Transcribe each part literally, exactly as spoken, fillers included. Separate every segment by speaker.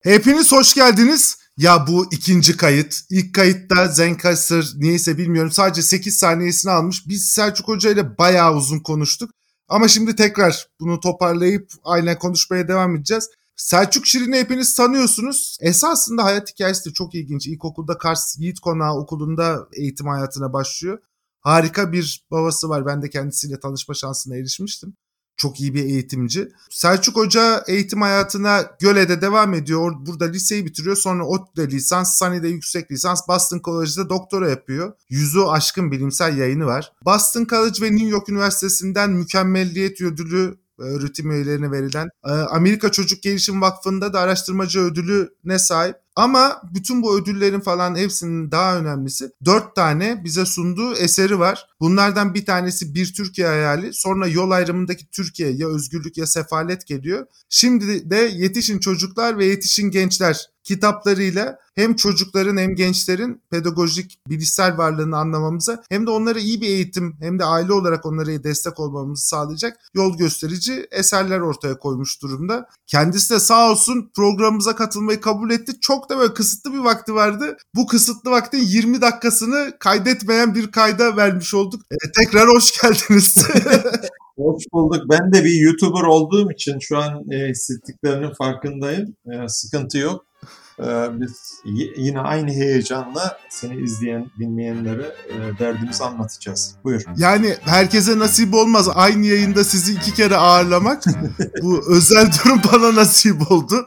Speaker 1: Hepiniz hoş geldiniz. Ya bu ikinci kayıt. İlk kayıtta Zencastr niyeyse bilmiyorum sadece sekiz saniyesini almış. Biz Selçuk Hoca ile bayağı uzun konuştuk. Ama şimdi tekrar bunu toparlayıp aynen konuşmaya devam edeceğiz. Selçuk Şirin'i hepiniz tanıyorsunuz. Esasında hayat hikayesi de çok ilginç. İlkokulda Kars Yiğit Konağı Okulu'nda eğitim hayatına başlıyor. Harika bir babası var. Ben de kendisiyle tanışma şansına erişmiştim. Çok iyi bir eğitimci. Selçuk Hoca eğitim hayatına Göle'de devam ediyor. Burada liseyi bitiriyor. Sonra ODTÜ'de lisans, Sunny'de yüksek lisans, Boston College'da doktora yapıyor. Yüzü aşkın bilimsel yayını var. Boston College ve New York Üniversitesi'nden mükemmelliyet ödülü öğretim üyelerine verilen Amerika Çocuk Gelişim Vakfı'nda da araştırmacı ödülüne sahip. Ama bütün bu ödüllerin falan hepsinin daha önemlisi dört tane bize sunduğu eseri var. Bunlardan bir tanesi Bir Türkiye Hayali. Sonra yol ayrımındaki Türkiye ya özgürlük ya sefalet geliyor. Şimdi de Yetişin Çocuklar ve Yetişin Gençler kitaplarıyla hem çocukların hem gençlerin pedagojik bilişsel varlığını anlamamıza hem de onlara iyi bir eğitim hem de aile olarak onlara destek olmamızı sağlayacak yol gösterici eserler ortaya koymuş durumda. Kendisi de sağ olsun programımıza katılmayı kabul etti. Çok da böyle kısıtlı bir vakti vardı. Bu kısıtlı vaktin yirmi dakikasını kaydetmeyen bir kayda vermiş olduk. Ee, tekrar hoş geldiniz.
Speaker 2: Hoş bulduk. Ben de bir YouTuber olduğum için şu an e, hissettiklerinin farkındayım. E, sıkıntı yok. E, biz y- yine aynı heyecanla seni izleyen, dinleyenlere e, derdimizi anlatacağız. Buyur.
Speaker 1: Yani herkese nasip olmaz. Aynı yayında sizi iki kere ağırlamak. Bu özel durum bana nasip oldu.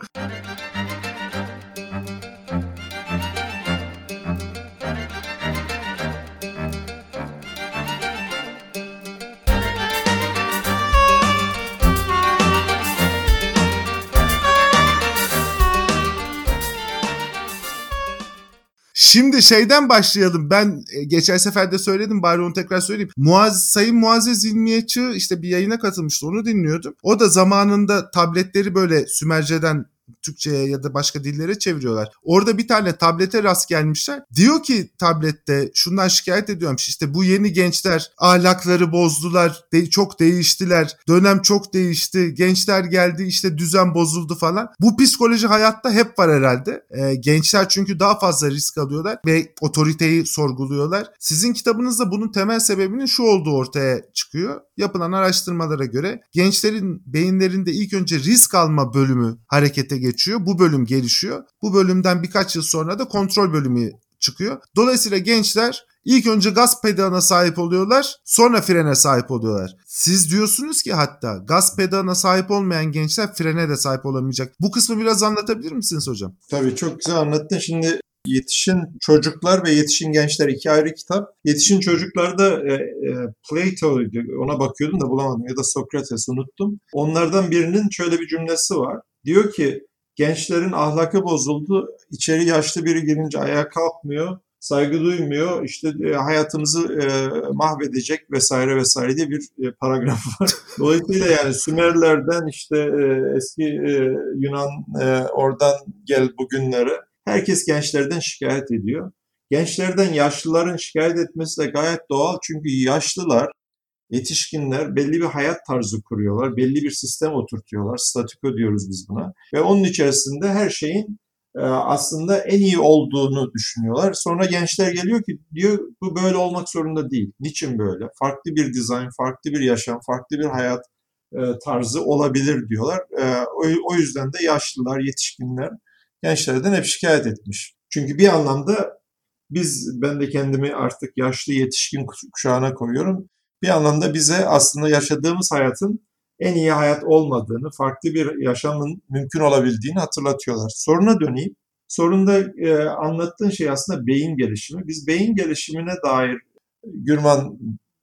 Speaker 1: Şimdi şeyden başlayalım. Ben geçen sefer de söyledim, bari onu tekrar söyleyeyim. Muaz, Sayın Muazzez İlmiyeçi işte bir yayına katılmıştı, onu dinliyordum. O da zamanında tabletleri böyle Sümerce'den Türkçe'ye ya da başka dillere çeviriyorlar. Orada bir tane tablete rast gelmişler. Diyor ki tablette şundan şikayet ediyormuş. İşte bu yeni gençler ahlakları bozdular. De- çok değiştiler. Dönem çok değişti. Gençler geldi işte düzen bozuldu falan. Bu psikoloji hayatta hep var herhalde. Ee, gençler çünkü daha fazla risk alıyorlar ve otoriteyi sorguluyorlar. Sizin kitabınızda bunun temel sebebinin şu olduğu ortaya çıkıyor. Yapılan araştırmalara göre gençlerin beyinlerinde ilk önce risk alma bölümü harekete geçiyor. Bu bölüm gelişiyor. Bu bölümden birkaç yıl sonra da kontrol bölümü çıkıyor. Dolayısıyla gençler ilk önce gaz pedalına sahip oluyorlar, sonra frene sahip oluyorlar. Siz diyorsunuz ki hatta gaz pedalına sahip olmayan gençler frene de sahip olamayacak. Bu kısmı biraz anlatabilir misiniz hocam?
Speaker 2: Tabii çok güzel anlattın. Şimdi Yetişin Çocuklar ve Yetişin Gençler iki ayrı kitap. Yetişin Çocuklar'da e, e, Plato'ydu. Ona bakıyordum da bulamadım ya da Sokrates unuttum. Onlardan birinin şöyle bir cümlesi var. Diyor ki gençlerin ahlakı bozuldu. İçeri yaşlı biri girince ayağa kalkmıyor. Saygı duymuyor. İşte e, hayatımızı e, mahvedecek vesaire vesaire diye bir e, paragraf var. Dolayısıyla yani Sümerlerden işte e, eski e, Yunan e, oradan gel bugünlere. Herkes gençlerden şikayet ediyor. Gençlerden yaşlıların şikayet etmesi de gayet doğal. Çünkü yaşlılar, yetişkinler belli bir hayat tarzı kuruyorlar. Belli bir sistem oturtuyorlar. Statüko diyoruz biz buna. Ve onun içerisinde her şeyin e, aslında en iyi olduğunu düşünüyorlar. Sonra gençler geliyor ki diyor bu böyle olmak zorunda değil. Niçin böyle? Farklı bir dizayn, farklı bir yaşam, farklı bir hayat e, tarzı olabilir diyorlar. E, o, o yüzden de yaşlılar, yetişkinler gençlerden hep şikayet etmiş. Çünkü bir anlamda biz, ben de kendimi artık yaşlı yetişkin kuşağına koyuyorum. Bir anlamda bize aslında yaşadığımız hayatın en iyi hayat olmadığını, farklı bir yaşamın mümkün olabildiğini hatırlatıyorlar. Soruna döneyim. Sorunda e, anlattığın şey aslında beyin gelişimi. Biz beyin gelişimine dair Gürman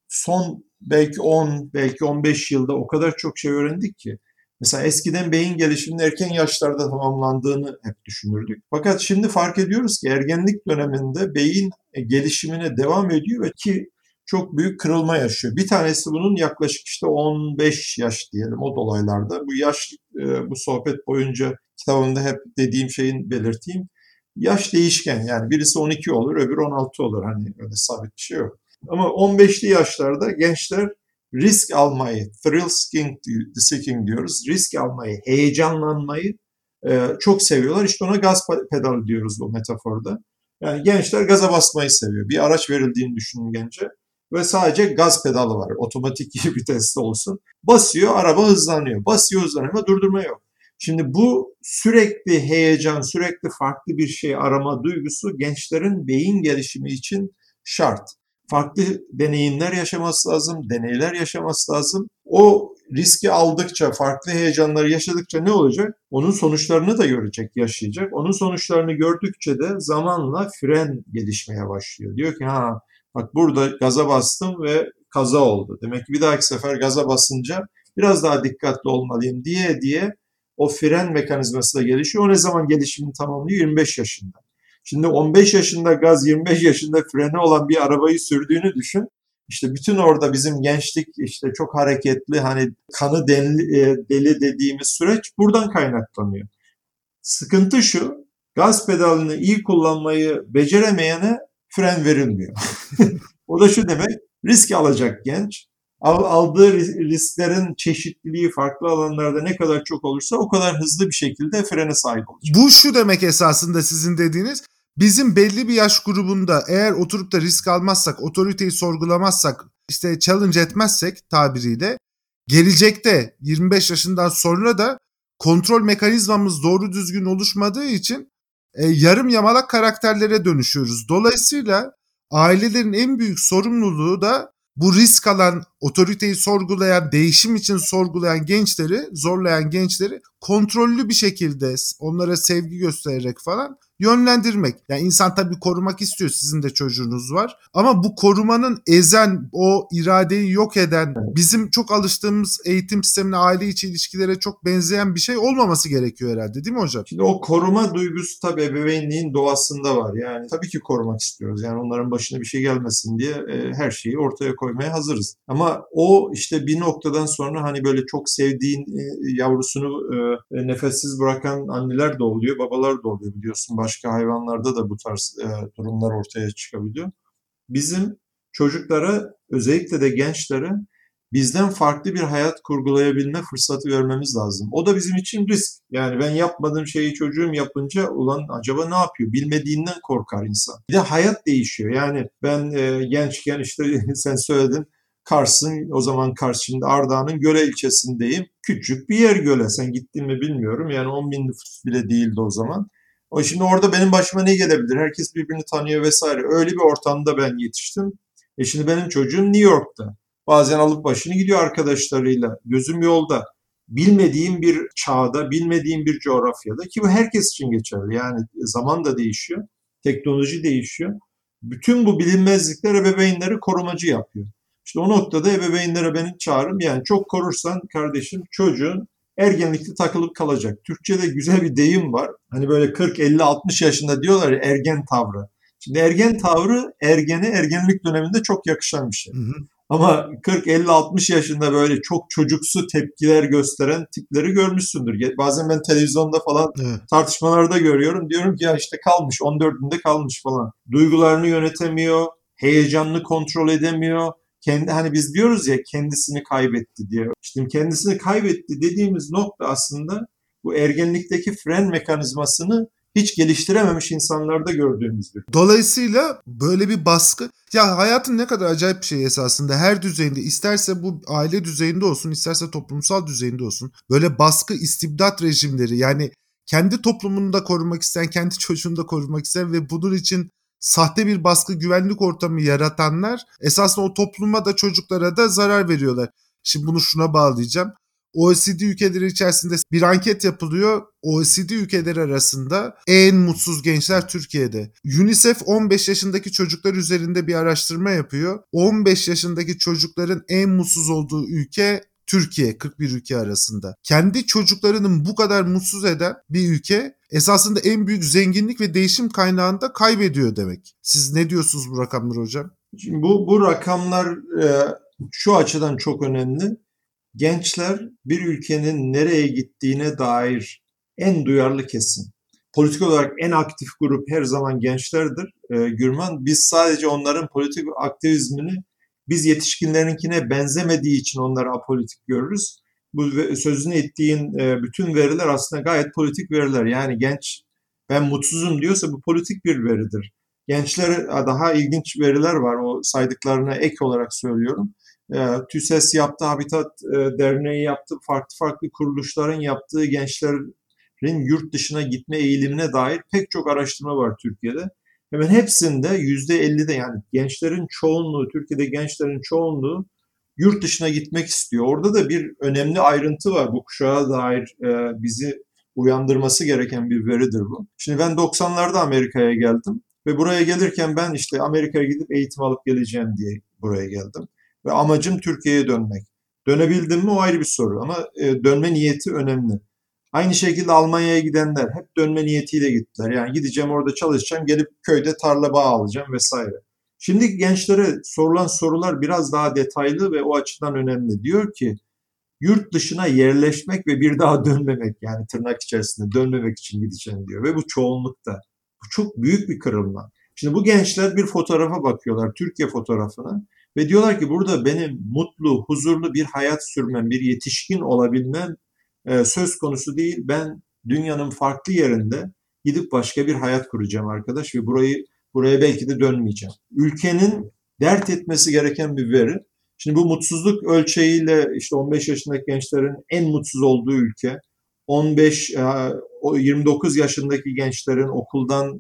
Speaker 2: son belki on, belki on beş yılda o kadar çok şey öğrendik ki. Mesela eskiden beyin gelişiminin erken yaşlarda tamamlandığını hep düşünürdük. Fakat şimdi fark ediyoruz ki ergenlik döneminde beyin gelişimine devam ediyor ve ki çok büyük kırılma yaşıyor. Bir tanesi bunun yaklaşık işte on beş yaş diyelim o dolaylarda. Bu yaş bu sohbet boyunca kitabımda hep dediğim şeyin belirteyim. Yaş değişken, yani birisi on iki olur, öbürü on altı olur. Hani öyle sabit bir şey yok. Ama on beşli yaşlarda gençler risk almayı, thrill seeking diyoruz, risk almayı, heyecanlanmayı e, çok seviyorlar. İşte ona gaz pedalı diyoruz bu metaforda. Yani gençler gaza basmayı seviyor. Bir araç verildiğini düşünün gence ve sadece gaz pedalı var. Otomatik viteste olsun. Basıyor, araba hızlanıyor. Basıyor, hızlanıyor ama durdurma yok. Şimdi bu sürekli heyecan, sürekli farklı bir şey arama duygusu gençlerin beyin gelişimi için şart. Farklı deneyimler yaşaması lazım, deneyler yaşaması lazım. O riski aldıkça, farklı heyecanları yaşadıkça ne olacak? Onun sonuçlarını da görecek, yaşayacak. Onun sonuçlarını gördükçe de zamanla fren gelişmeye başlıyor. Diyor ki ha bak burada gaza bastım ve kaza oldu. Demek ki bir dahaki sefer gaza basınca biraz daha dikkatli olmalıyım diye diye o fren mekanizması da gelişiyor. O ne zaman gelişimini tamamlıyor? yirmi beş yaşında. Şimdi on beş yaşında gaz, yirmi beş yaşında freni olan bir arabayı sürdüğünü düşün. İşte bütün orada bizim gençlik işte çok hareketli, hani kanı deli, deli dediğimiz süreç buradan kaynaklanıyor. Sıkıntı şu, gaz pedalını iyi kullanmayı beceremeyene fren verilmiyor. O da şu demek, risk alacak genç. Aldığı risklerin çeşitliliği farklı alanlarda ne kadar çok olursa o kadar hızlı bir şekilde frene sahip olacak.
Speaker 1: Bu şu demek esasında sizin dediğiniz, bizim belli bir yaş grubunda eğer oturup da risk almazsak, otoriteyi sorgulamazsak, işte challenge etmezsek tabiriyle, gelecekte yirmi beş yaşından sonra da kontrol mekanizmamız doğru düzgün oluşmadığı için e, yarım yamalak karakterlere dönüşüyoruz. Dolayısıyla ailelerin en büyük sorumluluğu da bu risk alan, otoriteyi sorgulayan, değişim için sorgulayan gençleri, zorlayan gençleri kontrollü bir şekilde onlara sevgi göstererek falan yönlendirmek. Yani insan tabii korumak istiyor, sizin de çocuğunuz var. Ama bu korumanın ezen, o iradeyi yok eden, bizim çok alıştığımız eğitim sistemine, aile içi ilişkilere çok benzeyen bir şey olmaması gerekiyor herhalde, değil mi hocam?
Speaker 2: Şimdi o koruma duygusu tabii ebeveynliğin doğasında var. Yani tabii ki korumak istiyoruz. Yani onların başına bir şey gelmesin diye e, her şeyi ortaya koymaya hazırız. Ama o işte bir noktadan sonra hani böyle çok sevdiğin e, yavrusunu e, nefessiz bırakan anneler de oluyor, babalar da oluyor biliyorsun. Başka hayvanlarda da bu tarz e, durumlar ortaya çıkabiliyor. Bizim çocuklara, özellikle de gençlere bizden farklı bir hayat kurgulayabilme fırsatı vermemiz lazım. O da bizim için risk. Yani ben yapmadığım şeyi çocuğum yapınca ulan acaba ne yapıyor? Bilmediğinden korkar insan. Bir de hayat değişiyor. Yani ben e, gençken işte sen söyledin, Kars'ın, o zaman Kars, şimdi Ardahan'ın Göle ilçesindeyim. Küçük bir yer Göle. Sen gittin mi bilmiyorum. Yani on bin nüfus bile değildi o zaman. O şimdi orada benim başıma ne gelebilir? Herkes birbirini tanıyor vesaire. Öyle bir ortamda ben yetiştim. E şimdi benim çocuğum New York'ta. Bazen alıp başını gidiyor arkadaşlarıyla. Gözüm yolda. Bilmediğim bir çağda, bilmediğim bir coğrafyada, ki bu herkes için geçerli. Yani zaman da değişiyor. Teknoloji değişiyor. Bütün bu bilinmezlikler ebeveynleri korumacı yapıyor. İşte o noktada ebeveynlere benim çağrım, yani çok korursan kardeşim çocuğun ergenlikte takılıp kalacak. Türkçe'de güzel bir deyim var. Hani böyle kırk elli altmış yaşında diyorlar ya, ergen tavrı. Şimdi ergen tavrı ergene ergenlik döneminde çok yakışan bir şey. Hı hı. Ama kırk elli altmış yaşında böyle çok çocuksu tepkiler gösteren tipleri görmüşsündür. Bazen ben televizyonda falan evet. tartışmalarda görüyorum. Diyorum ki ya işte kalmış, on dördünde kalmış falan. Duygularını yönetemiyor, heyecanını kontrol edemiyor. Kendi, hani biz diyoruz ya kendisini kaybetti diye. İşte kendisini kaybetti dediğimiz nokta aslında bu ergenlikteki fren mekanizmasını hiç geliştirememiş insanlarda gördüğümüzdür.
Speaker 1: Dolayısıyla böyle bir baskı, ya hayatın ne kadar acayip bir şey esasında, her düzeyinde, isterse bu aile düzeyinde olsun, isterse toplumsal düzeyinde olsun, böyle baskı, istibdat rejimleri, yani kendi toplumunu da korumak isteyen, kendi çocuğunu da korumak isteyen ve bunun için sahte bir baskı, güvenlik ortamı yaratanlar esasında o topluma da çocuklara da zarar veriyorlar. Şimdi bunu şuna bağlayacağım. O E C D ülkeleri içerisinde bir anket yapılıyor. O E C D ülkeleri arasında en mutsuz gençler Türkiye'de. UNICEF on beş yaşındaki çocuklar üzerinde bir araştırma yapıyor. on beş yaşındaki çocukların en mutsuz olduğu ülke Türkiye, kırk bir ülke arasında. Kendi çocuklarının bu kadar mutsuz eden bir ülke esasında en büyük zenginlik ve değişim kaynağını da kaybediyor demek. Siz ne diyorsunuz bu rakamlar hocam?
Speaker 2: Şimdi bu, bu rakamlar e, şu açıdan çok önemli. Gençler bir ülkenin nereye gittiğine dair en duyarlı kesim. Politik olarak en aktif grup her zaman gençlerdir e, Gürman. Biz sadece onların politik aktivizmini biz yetişkinlerinkine benzemediği için onları apolitik görürüz. bu sözünü ettiğin bütün veriler aslında gayet politik veriler. Yani genç ben mutsuzum diyorsa bu politik bir veridir. Gençlere daha ilginç veriler var. O saydıklarına ek olarak söylüyorum. TÜSES yaptı, Habitat Derneği yaptı, farklı farklı kuruluşların yaptığı gençlerin yurt dışına gitme eğilimine dair pek çok araştırma var Türkiye'de. Hemen hepsinde yüzde ellide yani gençlerin çoğunluğu, Türkiye'de gençlerin çoğunluğu yurt dışına gitmek istiyor. Orada da bir önemli ayrıntı var. Bu kuşağa dair e, bizi uyandırması gereken bir veridir bu. Şimdi ben doksanlarda Amerika'ya geldim ve buraya gelirken ben işte Amerika'ya gidip eğitim alıp geleceğim diye buraya geldim. Ve amacım Türkiye'ye dönmek. Dönebildim mi o ayrı bir soru ama e, dönme niyeti önemli. Aynı şekilde Almanya'ya gidenler hep dönme niyetiyle gittiler. Yani gideceğim orada çalışacağım, gelip köyde tarla bağ alacağım vesaire. Şimdi gençlere sorulan sorular biraz daha detaylı ve o açıdan önemli. Diyor ki yurt dışına yerleşmek ve bir daha dönmemek, yani tırnak içerisinde dönmemek için gideceğim diyor. Ve bu çoğunlukta. Bu çok büyük bir kırılma. Şimdi bu gençler bir fotoğrafa bakıyorlar, Türkiye fotoğrafına ve diyorlar ki burada benim mutlu, huzurlu bir hayat sürmem, bir yetişkin olabilmem e, söz konusu değil. Ben dünyanın farklı yerinde gidip başka bir hayat kuracağım arkadaş ve burayı buraya belki de dönmeyeceğim. Ülkenin dert etmesi gereken bir veri. Şimdi bu mutsuzluk ölçeğiyle işte on beş yaşındaki gençlerin en mutsuz olduğu ülke, on beş yirmi dokuz yaşındaki gençlerin okuldan,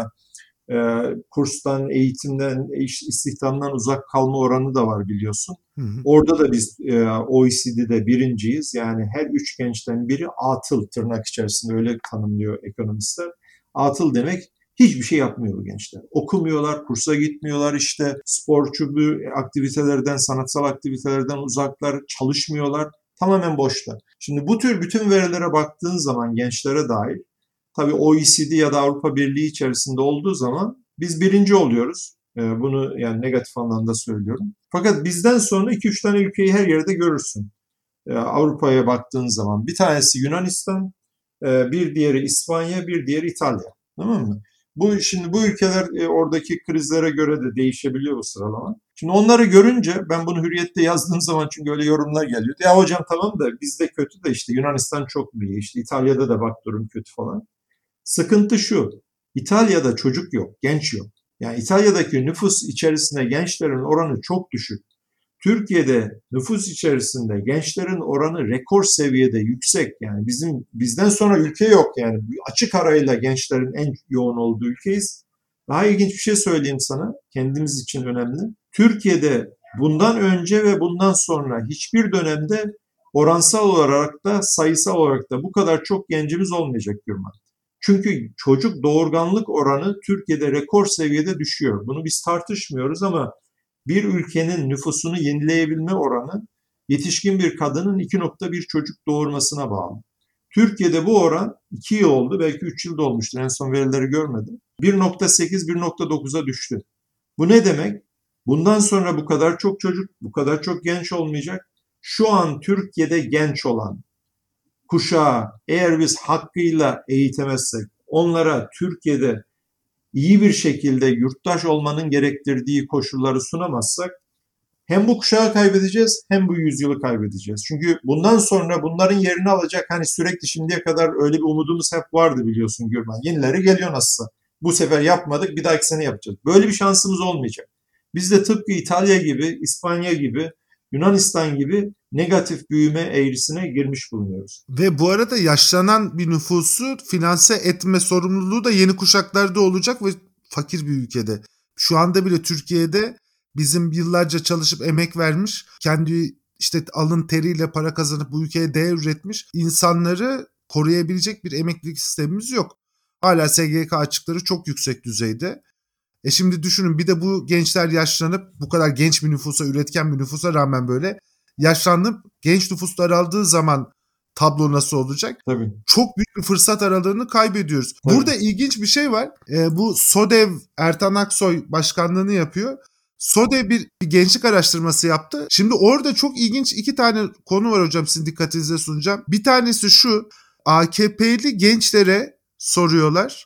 Speaker 2: kurstan, eğitimden, istihdamdan uzak kalma oranı da var biliyorsun. Hı hı. Orada da biz O E C D'de birinciyiz. Yani her üç gençten biri atıl, tırnak içerisinde öyle tanımlıyor ekonomistler. Atıl demek hiçbir şey yapmıyor bu gençler. Okumuyorlar, kursa gitmiyorlar, işte sporcu aktivitelerden, sanatsal aktivitelerden uzaklar, çalışmıyorlar. Tamamen boşlar. Şimdi bu tür bütün verilere baktığın zaman gençlere dair, tabii O E C D ya da Avrupa Birliği içerisinde olduğu zaman biz birinci oluyoruz. Bunu yani negatif anlamda söylüyorum. Fakat bizden sonra iki üç tane ülkeyi her yerde görürsün. Avrupa'ya baktığın zaman bir tanesi Yunanistan, bir diğeri İspanya, bir diğeri İtalya. Tamam mı? Bu şimdi bu ülkeler e, oradaki krizlere göre de değişebiliyor bu sıralama. Şimdi onları görünce ben bunu Hürriyet'te yazdığım zaman çünkü öyle yorumlar geliyor. Ya hocam tamam da bizde kötü de işte Yunanistan çok iyi, işte İtalya'da da bak durum kötü falan. Sıkıntı şu, İtalya'da çocuk yok, genç yok. Yani İtalya'daki nüfus içerisinde gençlerin oranı çok düşük. Türkiye'de nüfus içerisinde gençlerin oranı rekor seviyede yüksek. Yani bizim bizden sonra ülke yok yani. Açık arayla gençlerin en yoğun olduğu ülkeyiz. Daha ilginç bir şey söyleyeyim sana. Kendimiz için önemli. Türkiye'de bundan önce ve bundan sonra hiçbir dönemde oransal olarak da sayısal olarak da bu kadar çok gencimiz olmayacak Gürman. Çünkü çocuk doğurganlık oranı Türkiye'de rekor seviyede düşüyor. Bunu biz tartışmıyoruz ama bir ülkenin nüfusunu yenileyebilme oranı yetişkin bir kadının iki nokta bir çocuk doğurmasına bağlı. Türkiye'de bu oran iki yıl oldu, belki üç yılda olmuştur. En son verileri görmedim. bir nokta sekiz bir nokta dokuza düştü. Bu ne demek? Bundan sonra bu kadar çok çocuk, bu kadar çok genç olmayacak. Şu an Türkiye'de genç olan kuşağı eğer biz hakkıyla eğitemezsek, onlara Türkiye'de iyi bir şekilde yurttaş olmanın gerektirdiği koşulları sunamazsak hem bu kuşağı kaybedeceğiz hem bu yüzyılı kaybedeceğiz. Çünkü bundan sonra bunların yerini alacak hani sürekli şimdiye kadar öyle bir umudumuz hep vardı biliyorsun Gürman. Yenileri geliyor nasılsa. Bu sefer yapmadık bir dahaki sene yapacağız. Böyle bir şansımız olmayacak. Biz de tıpkı İtalya gibi, İspanya gibi, Yunanistan gibi negatif büyüme eğrisine girmiş bulunuyoruz.
Speaker 1: Ve bu arada yaşlanan bir nüfusu finanse etme sorumluluğu da yeni kuşaklarda olacak ve fakir bir ülkede. Şu anda bile Türkiye'de bizim yıllarca çalışıp emek vermiş, kendi işte alın teriyle para kazanıp bu ülkeye değer üretmiş insanları koruyabilecek bir emeklilik sistemimiz yok. Hala S G K açıkları çok yüksek düzeyde. E şimdi düşünün bir de bu gençler yaşlanıp bu kadar genç bir nüfusa, üretken bir nüfusa rağmen böyle yaşlanıp genç nüfus daraldığı zaman tablo nasıl olacak?
Speaker 2: Tabii.
Speaker 1: Çok büyük bir fırsat aralığını kaybediyoruz.
Speaker 2: Tabii.
Speaker 1: Burada ilginç bir şey var. E, bu SODEV Ertan Aksoy başkanlığını yapıyor. SODEV bir, bir gençlik araştırması yaptı. Şimdi orada çok ilginç iki tane konu var hocam, sizin dikkatinize sunacağım. Bir tanesi şu, A K P'li gençlere soruyorlar.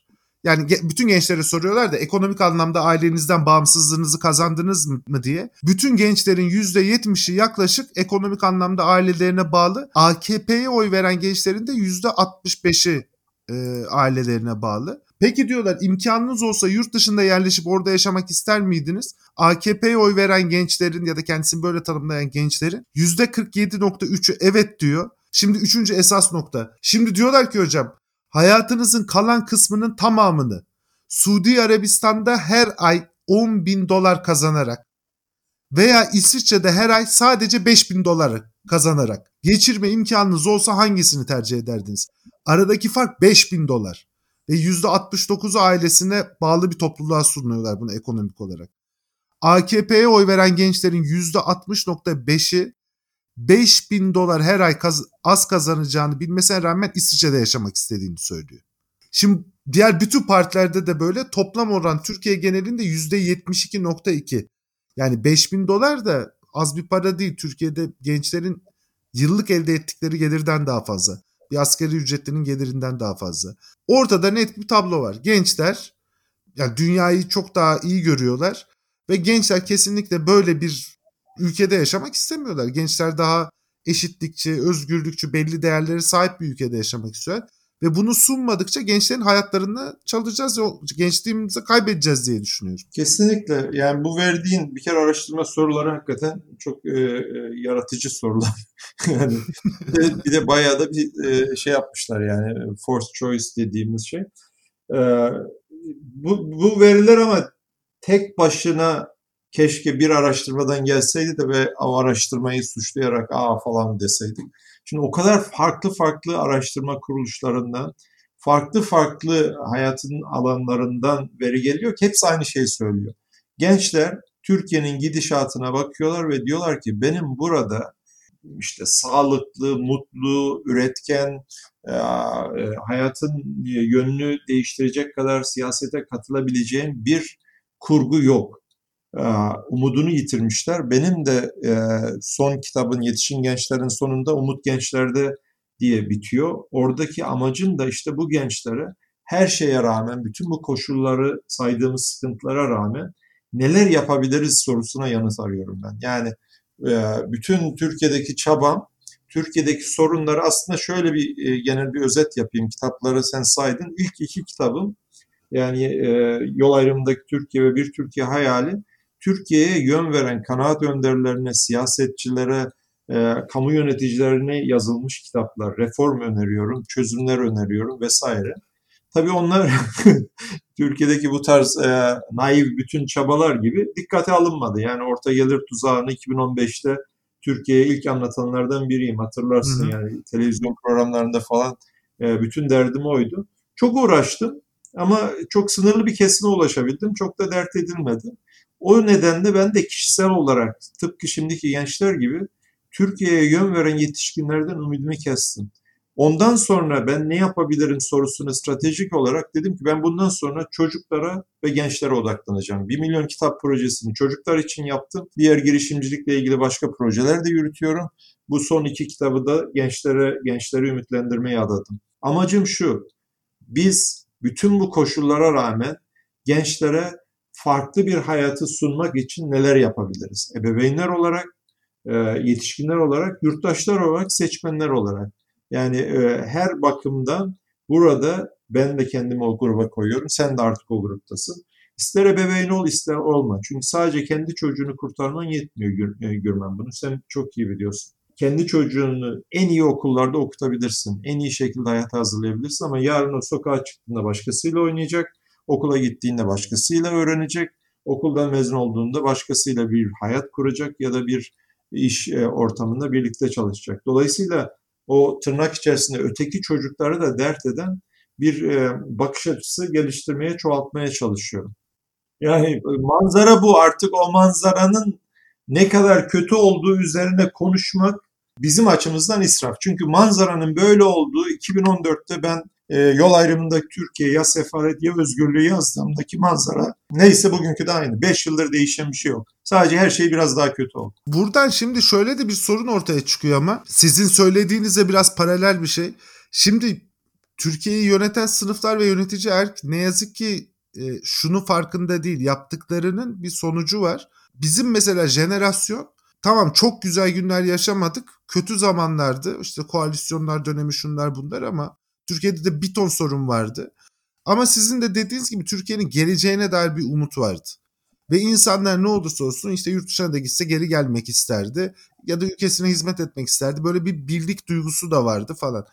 Speaker 1: Yani bütün gençlere soruyorlar da ekonomik anlamda ailenizden bağımsızlığınızı kazandınız mı diye. Bütün gençlerin yüzde yetmişi yaklaşık ekonomik anlamda ailelerine bağlı. A K P'ye oy veren gençlerin de yüzde altmış beşi e, ailelerine bağlı. Peki diyorlar, imkanınız olsa yurt dışında yerleşip orada yaşamak ister miydiniz? A K P'ye oy veren gençlerin ya da kendisini böyle tanımlayan gençlerin yüzde kırk yedi nokta üçü evet diyor. Şimdi üçüncü esas nokta. Şimdi diyorlar ki hocam, hayatınızın kalan kısmının tamamını Suudi Arabistan'da her ay on bin dolar kazanarak veya İsviçre'de her ay sadece beş bin dolar kazanarak geçirme imkanınız olsa hangisini tercih ederdiniz? Aradaki fark beş bin dolar. Ve yüzde altmış dokuzu ailesine bağlı bir topluluğa sunuyorlar bunu ekonomik olarak. A K P'ye oy veren gençlerin yüzde altmış nokta beşi beş bin dolar her ay kaz- az kazanacağını bilmesine rağmen İsviçre'de yaşamak istediğini söylüyor. Şimdi diğer bütün partilerde de böyle, toplam oran Türkiye genelinde yüzde yetmiş iki nokta iki. Yani beş bin dolar da az bir para değil. Türkiye'de gençlerin yıllık elde ettikleri gelirden daha fazla. Bir asgari ücretlinin gelirinden daha fazla. Ortada net bir tablo var. Gençler yani dünyayı çok daha iyi görüyorlar ve gençler kesinlikle böyle bir ülkede yaşamak istemiyorlar. Gençler daha eşitlikçi, özgürlükçü, belli değerlere sahip bir ülkede yaşamak istiyorlar. Ve bunu sunmadıkça gençlerin hayatlarını çalacağız ve gençliğimizi kaybedeceğiz diye düşünüyorum.
Speaker 2: Kesinlikle. Yani bu verdiğin bir kere araştırma soruları hakikaten çok e, e, yaratıcı sorular. Yani bir de, bir de bayağı da bir e, şey yapmışlar, yani forced choice dediğimiz şey. E, bu, bu veriler ama tek başına keşke bir araştırmadan gelseydi de ve o araştırmayı suçlayarak aa falan deseydik. Şimdi o kadar farklı farklı araştırma kuruluşlarından, farklı farklı hayatın alanlarından veri geliyor ki hepsi aynı şeyi söylüyor. Gençler Türkiye'nin gidişatına bakıyorlar ve diyorlar ki benim burada işte sağlıklı, mutlu, üretken, hayatın yönünü değiştirecek kadar siyasete katılabileceğim bir kurgu yok. Umudunu yitirmişler. Benim de son kitabın Yetişin Gençlerin sonunda Umut Gençler'de diye bitiyor. Oradaki amacım da işte bu gençlere her şeye rağmen, bütün bu koşulları saydığımız sıkıntılara rağmen neler yapabiliriz sorusuna yanıt arıyorum ben. Yani bütün Türkiye'deki çabam, Türkiye'deki sorunları aslında şöyle bir genel bir özet yapayım. Kitapları sen saydın. İlk iki kitabım, yani Yol Ayrımındaki Türkiye ve Bir Türkiye Hayali, Türkiye'ye yön veren kanaat önderlerine, siyasetçilere, e, kamu yöneticilerine yazılmış kitaplar. Reform öneriyorum, çözümler öneriyorum vesaire. Tabii onlar Türkiye'deki bu tarz e, naif bütün çabalar gibi dikkate alınmadı. Yani orta gelir tuzağını iki bin on beşte Türkiye'ye ilk anlatanlardan biriyim. Hatırlarsın, hı hı. Yani televizyon programlarında falan e, bütün derdim oydu. Çok uğraştım ama çok sınırlı bir kesime ulaşabildim. Çok da dert edilmedi. O nedenle ben de kişisel olarak tıpkı şimdiki gençler gibi Türkiye'ye yön veren yetişkinlerden umudunu kestim. Ondan sonra ben ne yapabilirim sorusunu stratejik olarak dedim ki ben bundan sonra çocuklara ve gençlere odaklanacağım. Bir milyon kitap projesini çocuklar için yaptım. Diğer girişimcilikle ilgili başka projeler de yürütüyorum. Bu son iki kitabı da gençlere, gençleri ümitlendirmeye adadım. Amacım şu: biz bütün bu koşullara rağmen gençlere farklı bir hayatı sunmak için neler yapabiliriz? Ebeveynler olarak, yetişkinler olarak, yurttaşlar olarak, seçmenler olarak. Yani her bakımdan burada ben de kendimi o gruba koyuyorum. Sen de artık o gruptasın. İster ebeveyn ol, ister olma. Çünkü sadece kendi çocuğunu kurtarman yetmiyor Gürmen, bunu. Sen çok iyi biliyorsun. Kendi çocuğunu en iyi okullarda okutabilirsin. En iyi şekilde hayata hazırlayabilirsin ama yarın o sokağa çıktığında başkasıyla oynayacak. Okula gittiğinde başkasıyla öğrenecek. Okuldan mezun olduğunda başkasıyla bir hayat kuracak ya da bir iş ortamında birlikte çalışacak. Dolayısıyla o tırnak içerisinde öteki çocukları da dert eden bir bakış açısı geliştirmeye, çoğaltmaya çalışıyorum. Yani manzara bu. Artık o manzaranın ne kadar kötü olduğu üzerine konuşmak bizim açımızdan israf. Çünkü manzaranın böyle olduğu, iki bin on dörtte ben e, Yol Ayrımındaki Türkiye, ya Sefaret ya Özgürlüğü yazdığımdaki manzara neyse bugünkü de aynı. Beş yıldır değişen bir şey yok. Sadece her şey biraz daha kötü oldu.
Speaker 1: Buradan şimdi şöyle de bir sorun ortaya çıkıyor ama sizin söylediğinizle biraz paralel bir şey. Şimdi Türkiye'yi yöneten sınıflar ve yönetici erk ne yazık ki e, şunu farkında değil. Yaptıklarının bir sonucu var. Bizim mesela jenerasyon tamam çok güzel günler yaşamadık. Kötü zamanlardı. İşte koalisyonlar dönemi şunlar bunlar ama Türkiye'de de bir ton sorun vardı. Ama sizin de dediğiniz gibi Türkiye'nin geleceğine dair bir umut vardı. Ve insanlar ne olursa olsun işte yurt dışına da gitse geri gelmek isterdi. Ya da ülkesine hizmet etmek isterdi. Böyle bir birlik duygusu da vardı falan.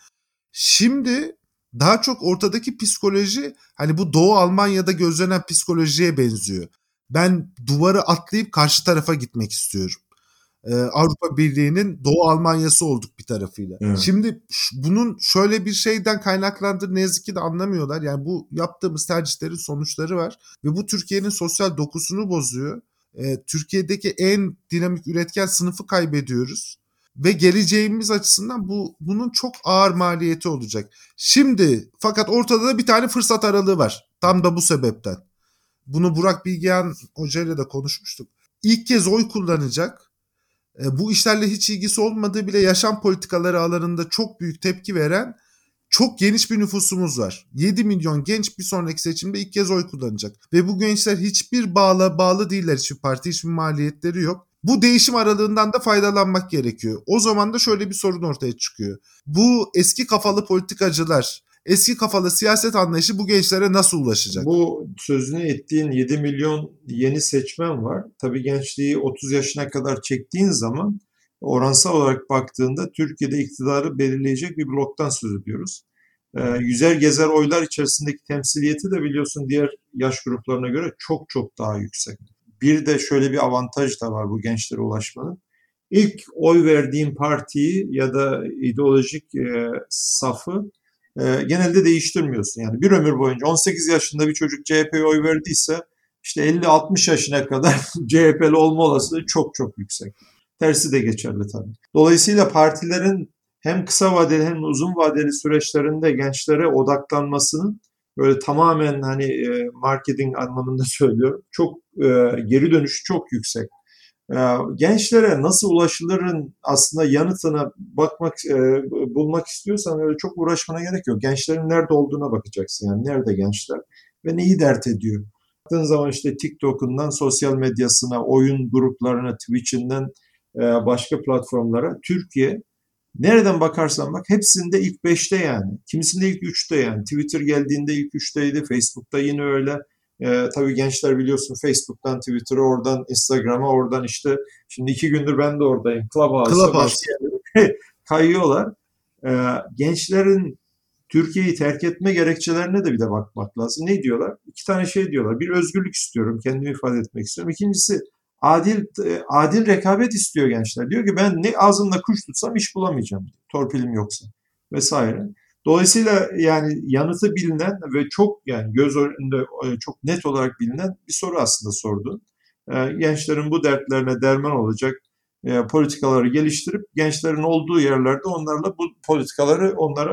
Speaker 1: Şimdi daha çok ortadaki psikoloji hani bu Doğu Almanya'da gözlenen psikolojiye benziyor. Ben duvarı atlayıp karşı tarafa gitmek istiyorum. Ee, Avrupa Birliği'nin Doğu Almanya'sı olduk bir tarafıyla. Evet. Şimdi bunun şöyle bir şeyden kaynaklandığını ne yazık ki de anlamıyorlar. Yani bu yaptığımız tercihlerin sonuçları var ve bu Türkiye'nin sosyal dokusunu bozuyor. Ee, Türkiye'deki en dinamik üretken sınıfı kaybediyoruz. Ve geleceğimiz açısından bu bunun çok ağır maliyeti olacak. Şimdi fakat ortada da bir tane fırsat aralığı var. Tam da bu sebepten. Bunu Burak Bilgehan Hoca ile de konuşmuştuk. İlk kez oy kullanacak. E, bu işlerle hiç ilgisi olmadığı bile yaşam politikaları alanında çok büyük tepki veren çok geniş bir nüfusumuz var. yedi milyon genç bir sonraki seçimde ilk kez oy kullanacak. Ve bu gençler hiçbir bağla bağlı değiller. Hiçbir parti, hiçbir maliyetleri yok. Bu değişim aralığından da faydalanmak gerekiyor. O zaman da şöyle bir sorun ortaya çıkıyor. Bu eski kafalı politikacılar, eski kafalı siyaset anlayışı bu gençlere nasıl ulaşacak?
Speaker 2: Bu sözünü ettiğin yedi milyon yeni seçmen var. Tabii gençliği otuz yaşına kadar çektiğin zaman oransal olarak baktığında Türkiye'de iktidarı belirleyecek bir bloktan söz ediyoruz. Ee, yüzer gezer oylar içerisindeki temsiliyeti de biliyorsun diğer yaş gruplarına göre çok çok daha yüksek. Bir de şöyle bir avantaj da var bu gençlere ulaşmanın. İlk oy verdiğin partiyi ya da ideolojik e, safı e, genelde değiştirmiyorsun. Yani bir ömür boyunca on sekiz yaşında bir çocuk C H P'ye oy verdiyse işte elli altmış yaşına kadar C H P'li olma olasılığı çok çok yüksek. Tersi de geçerli tabii. Dolayısıyla partilerin hem kısa vadeli hem uzun vadeli süreçlerinde gençlere odaklanmasının böyle tamamen hani e, marketing anlamında söylüyorum. Çok e, geri dönüşü çok yüksek. E, gençlere nasıl ulaşılırın aslında yanıtına bakmak, e, bulmak istiyorsan öyle çok uğraşmana gerek yok. Gençlerin nerede olduğuna bakacaksın. Yani nerede gençler ve neyi dert ediyor. Baktığın zaman işte TikTok'undan sosyal medyasına, oyun gruplarına, Twitch'inden e, başka platformlara Türkiye nereden bakarsan bak hepsinde ilk beşte yani. Kimisinde ilk üçte yani. Twitter geldiğinde ilk üçteydi. Facebook'ta yine öyle. Ee, tabii gençler biliyorsun Facebook'tan Twitter'a, oradan Instagram'a, oradan işte şimdi iki gündür ben de oradayım. Clubhouse'a
Speaker 1: Clubhouse.
Speaker 2: başka yerlere kayıyorlar. Ee, gençlerin Türkiye'yi terk etme gerekçelerine de bir de bakmak lazım. Ne diyorlar? İki tane şey diyorlar. Bir, özgürlük istiyorum, kendimi ifade etmek istiyorum. İkincisi, adil adil rekabet istiyor gençler. Diyor ki ben ne ağzımda kuş tutsam iş bulamayacağım. Torpilim yoksa vesaire. Dolayısıyla yani yanıtı bilinen ve çok yani göz önünde çok net olarak bilinen bir soru aslında sordun. Gençlerin bu dertlerine derman olacak politikaları geliştirip gençlerin olduğu yerlerde onlarla bu politikaları onlara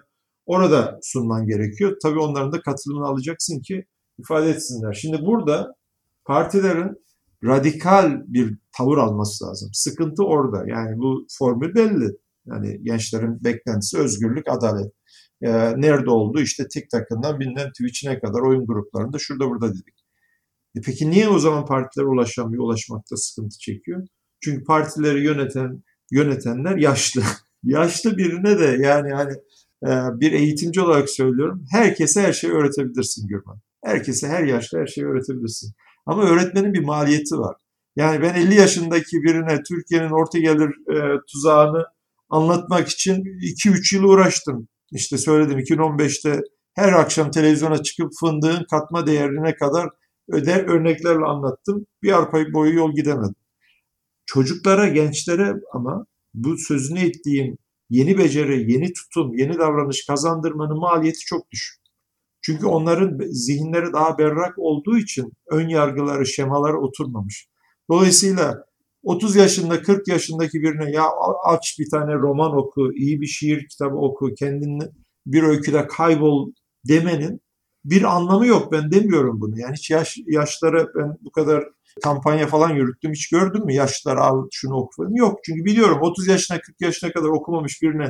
Speaker 2: orada sunman gerekiyor. Tabii onların da katılımını alacaksın ki ifade etsinler. Şimdi burada partilerin radikal bir tavır alması lazım. Sıkıntı orada. Yani bu formül belli. Yani gençlerin beklentisi özgürlük, adalet. Ee, nerede oldu? İşte TikTok'ından bilmem Twitch'ine kadar oyun gruplarında şurada burada dedik. E peki niye o zaman partiler ulaşamıyor, ulaşmakta sıkıntı çekiyor? Çünkü partileri yöneten yönetenler yaşlı. Yaşlı birine de yani hani e, bir eğitimci olarak söylüyorum. Herkese her şeyi öğretebilirsin Gürman. Herkese her yaşta her şeyi öğretebilirsin. Ama öğretmenin bir maliyeti var. Yani ben elli yaşındaki birine Türkiye'nin orta gelir e, tuzağını anlatmak için iki üç yıl uğraştım. İşte söyledim iki bin on beşte her akşam televizyona çıkıp fındığın katma değerine kadar öder örneklerle anlattım. Bir arpa boyu yol gidemedim. Çocuklara, gençlere ama bu sözünü ettiğim yeni beceri, yeni tutum, yeni davranış kazandırmanın maliyeti çok düşük. Çünkü onların zihinleri daha berrak olduğu için ön yargıları, şemaları oturmamış. Dolayısıyla otuz yaşında, kırk yaşındaki birine ya aç bir tane roman oku, iyi bir şiir kitabı oku, kendini bir öyküde kaybol demenin bir anlamı yok. Ben demiyorum bunu. Yani hiç yaş, yaşlara ben bu kadar kampanya falan yürüttüm. Hiç gördün mü? Yaşlılar al şunu oku falan. Yok. Çünkü biliyorum otuz yaşına, kırk yaşına kadar okumamış birine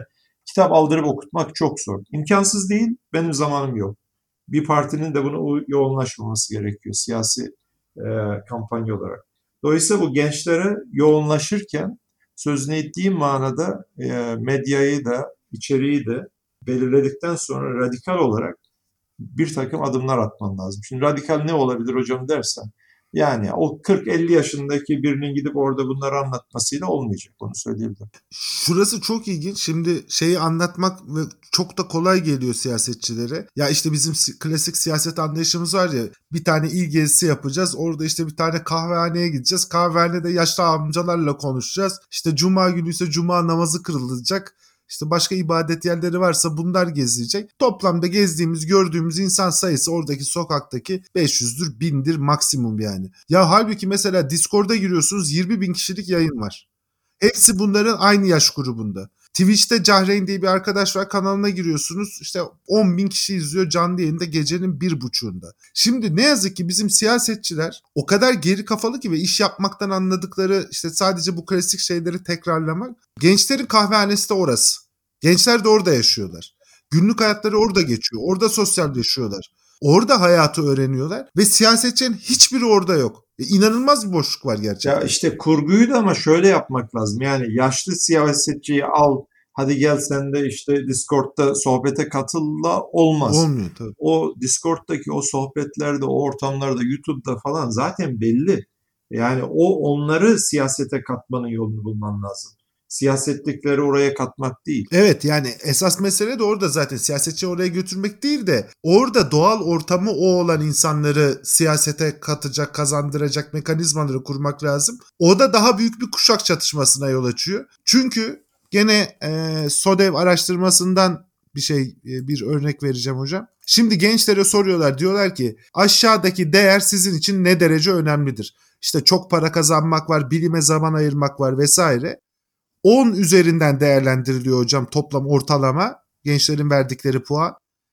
Speaker 2: kitap aldırıp okutmak çok zor. İmkansız değil, benim zamanım yok. Bir partinin de buna yoğunlaşmaması gerekiyor siyasi e, kampanya olarak. Dolayısıyla bu gençlere yoğunlaşırken sözünü ettiğim manada e, medyayı da içeriği de belirledikten sonra radikal olarak bir takım adımlar atman lazım. Şimdi radikal ne olabilir hocam dersen, yani o kırk elli yaşındaki birinin gidip orada bunları anlatmasıyla olmayacak, onu söyleyebilirim.
Speaker 1: Şurası çok ilginç. Şimdi şeyi anlatmak ve çok da kolay geliyor siyasetçilere. Ya işte bizim klasik siyaset anlayışımız var ya, bir tane il gezisi yapacağız. Orada işte bir tane kahvehaneye gideceğiz. Kahvehanede yaşlı amcalarla konuşacağız. İşte cuma günü ise cuma namazı kırılacak. İşte başka ibadet yerleri varsa bunlar gezilecek. Toplamda gezdiğimiz, gördüğümüz insan sayısı oradaki sokaktaki beş yüzdür, bindir maksimum yani. Ya halbuki mesela Discord'a giriyorsunuz, yirmi bin kişilik yayın var. Hepsi bunların aynı yaş grubunda. Twitch'te Cahreyn diye bir arkadaş var, kanalına giriyorsunuz, işte on bin kişi izliyor canlı yayında gecenin bir buçuğunda. Şimdi ne yazık ki bizim siyasetçiler o kadar geri kafalı ki ve iş yapmaktan anladıkları işte sadece bu klasik şeyleri tekrarlamak. Gençlerin kahvehanesi de orası. Gençler de orada yaşıyorlar. Günlük hayatları orada geçiyor. Orada sosyalleşiyorlar. Orada hayatı öğreniyorlar ve siyasetçinin hiçbiri orada yok. E, inanılmaz bir boşluk var gerçekten.
Speaker 2: Ya işte kurguyu da ama şöyle yapmak lazım. Yani yaşlı siyasetçiyi al, hadi gel sen de işte Discord'da sohbete katılla, olmaz.
Speaker 1: Olmuyor tabii.
Speaker 2: O Discord'daki o sohbetlerde, o ortamlarda, YouTube'da falan zaten belli. Yani o onları siyasete katmanın yolunu bulman lazım. Siyasetlikleri oraya katmak değil.
Speaker 1: Evet, yani esas mesele de orada zaten siyasetçi oraya götürmek değil de orada doğal ortamı o olan insanları siyasete katacak, kazandıracak mekanizmaları kurmak lazım. O da daha büyük bir kuşak çatışmasına yol açıyor. Çünkü gene e, SODEV araştırmasından bir şey e, bir örnek vereceğim hocam. Şimdi gençlere soruyorlar, diyorlar ki aşağıdaki değer sizin için ne derece önemlidir? İşte çok para kazanmak var, bilime zaman ayırmak var vesaire. on üzerinden değerlendiriliyor hocam toplam ortalama gençlerin verdikleri puan.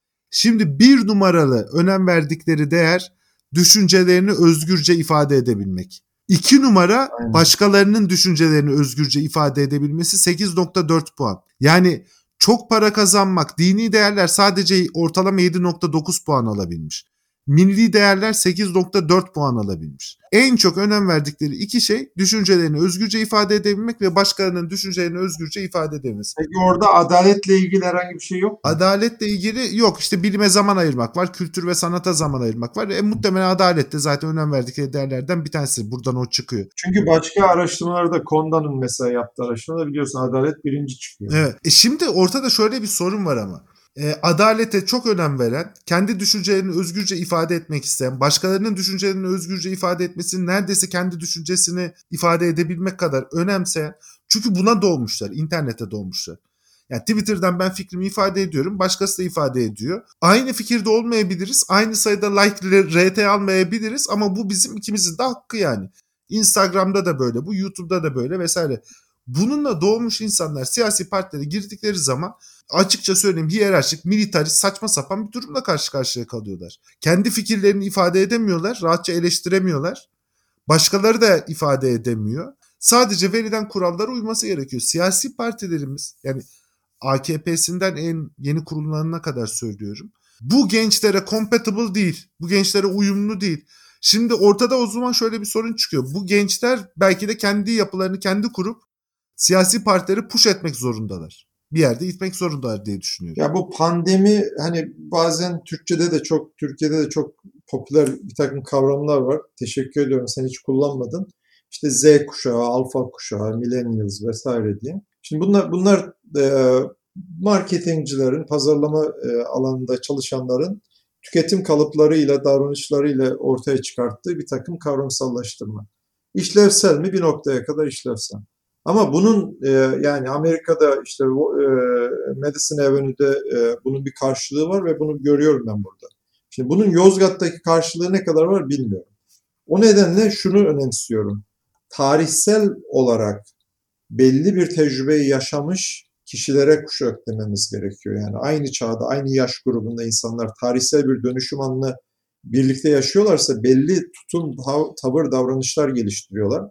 Speaker 1: Şimdi bir numaralı önem verdikleri değer düşüncelerini özgürce ifade edebilmek. İki numara
Speaker 2: Aynen.
Speaker 1: Başkalarının düşüncelerini özgürce ifade edebilmesi, sekiz nokta dört puan. Yani çok para kazanmak, dini değerler sadece ortalama yedi nokta dokuz puan alabilmiş. Milli değerler sekiz nokta dört puan alabilmiş. En çok önem verdikleri iki şey düşüncelerini özgürce ifade edebilmek ve başkalarının düşüncelerini özgürce ifade edebilmesi.
Speaker 2: Peki orada adaletle ilgili herhangi bir şey yok mu?
Speaker 1: Adaletle ilgili yok. İşte bilime zaman ayırmak var, kültür ve sanata zaman ayırmak var. E, muhtemelen adalet de zaten önem verdikleri değerlerden bir tanesi. Buradan o çıkıyor.
Speaker 2: Çünkü başka araştırmalarda Konda'nın mesela yaptığı araştırmada biliyorsun adalet birinci çıkıyor.
Speaker 1: Evet. E şimdi ortada şöyle bir sorun var ama. E, adalete çok önem veren, kendi düşüncelerini özgürce ifade etmek isteyen, başkalarının düşüncelerini özgürce ifade etmesini, neredeyse kendi düşüncesini ifade edebilmek kadar önemseyen, çünkü buna doğmuşlar, internete doğmuşlar. Yani Twitter'dan ben fikrimi ifade ediyorum, başkası da ifade ediyor. Aynı fikirde olmayabiliriz, aynı sayıda like, R T almayabiliriz ama bu bizim ikimizin de hakkı yani. Instagram'da da böyle, bu YouTube'da da böyle vesaire. Bununla doğmuş insanlar siyasi partilere girdikleri zaman açıkça söyleyeyim hiyerarşik, militarist, saçma sapan bir durumla karşı karşıya kalıyorlar. Kendi fikirlerini ifade edemiyorlar, rahatça eleştiremiyorlar. Başkaları da ifade edemiyor. Sadece verilen kurallara uyması gerekiyor. Siyasi partilerimiz, yani A K P'sinden en yeni kurulanına kadar söylüyorum, bu gençlere compatible değil, bu gençlere uyumlu değil. Şimdi ortada o zaman şöyle bir sorun çıkıyor. Bu gençler belki de kendi yapılarını kendi kurup siyasi partileri push etmek zorundalar. Bir yerde itmek zorundalar diye düşünüyorum.
Speaker 2: Ya bu pandemi hani bazen Türkçe'de de çok, Türkiye'de de çok popüler bir takım kavramlar var. Teşekkür ediyorum, sen hiç kullanmadın. İşte Z kuşağı, alfa kuşağı, millennials vesaire diye. Şimdi bunlar bunlar e, marketingcilerin, pazarlama e, alanında çalışanların tüketim kalıplarıyla, davranışlarıyla ortaya çıkarttığı bir takım kavramsallaştırma. İşlevsel mi? Bir noktaya kadar işlevsel. Ama bunun e, yani Amerika'da işte e, Madison Avenue'de e, bunun bir karşılığı var ve bunu görüyorum ben burada. Şimdi bunun Yozgat'taki karşılığı ne kadar var bilmiyorum. O nedenle şunu önemsiyorum. Tarihsel olarak belli bir tecrübeyi yaşamış kişilere kuşak dememiz gerekiyor. Yani aynı çağda, aynı yaş grubunda insanlar tarihsel bir dönüşüm anını birlikte yaşıyorlarsa belli tutum, tavır, davranışlar geliştiriyorlar.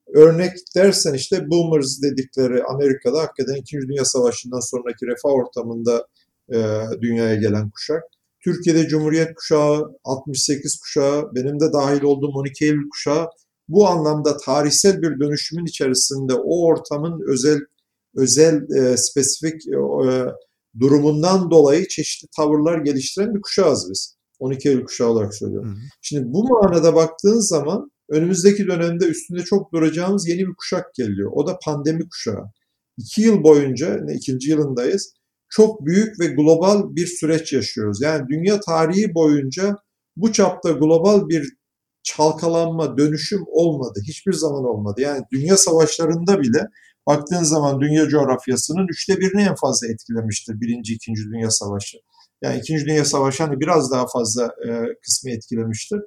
Speaker 2: Örnek dersen işte boomers dedikleri Amerika'da hakikaten İkinci Dünya Savaşı'ndan sonraki refah ortamında e, dünyaya gelen kuşak. Türkiye'de Cumhuriyet kuşağı, altmış sekiz kuşağı, benim de dahil olduğum on iki Eylül kuşağı bu anlamda tarihsel bir dönüşümün içerisinde o ortamın özel özel e, spesifik e, durumundan dolayı çeşitli tavırlar geliştiren bir kuşağız biz. on iki Eylül kuşağı olarak söylüyorum. Hı hı. Şimdi bu manada baktığın zaman önümüzdeki dönemde üstünde çok duracağımız yeni bir kuşak geliyor. O da pandemi kuşağı. İki yıl boyunca, ne ikinci yılındayız, çok büyük ve global bir süreç yaşıyoruz. Yani dünya tarihi boyunca bu çapta global bir çalkalanma, dönüşüm olmadı. Hiçbir zaman olmadı. Yani dünya savaşlarında bile baktığın zaman dünya coğrafyasının üçte birini en fazla etkilemiştir Birinci, İkinci Dünya Savaşı. Yani İkinci Dünya Savaşı hani biraz daha fazla e, kısmı etkilemiştir.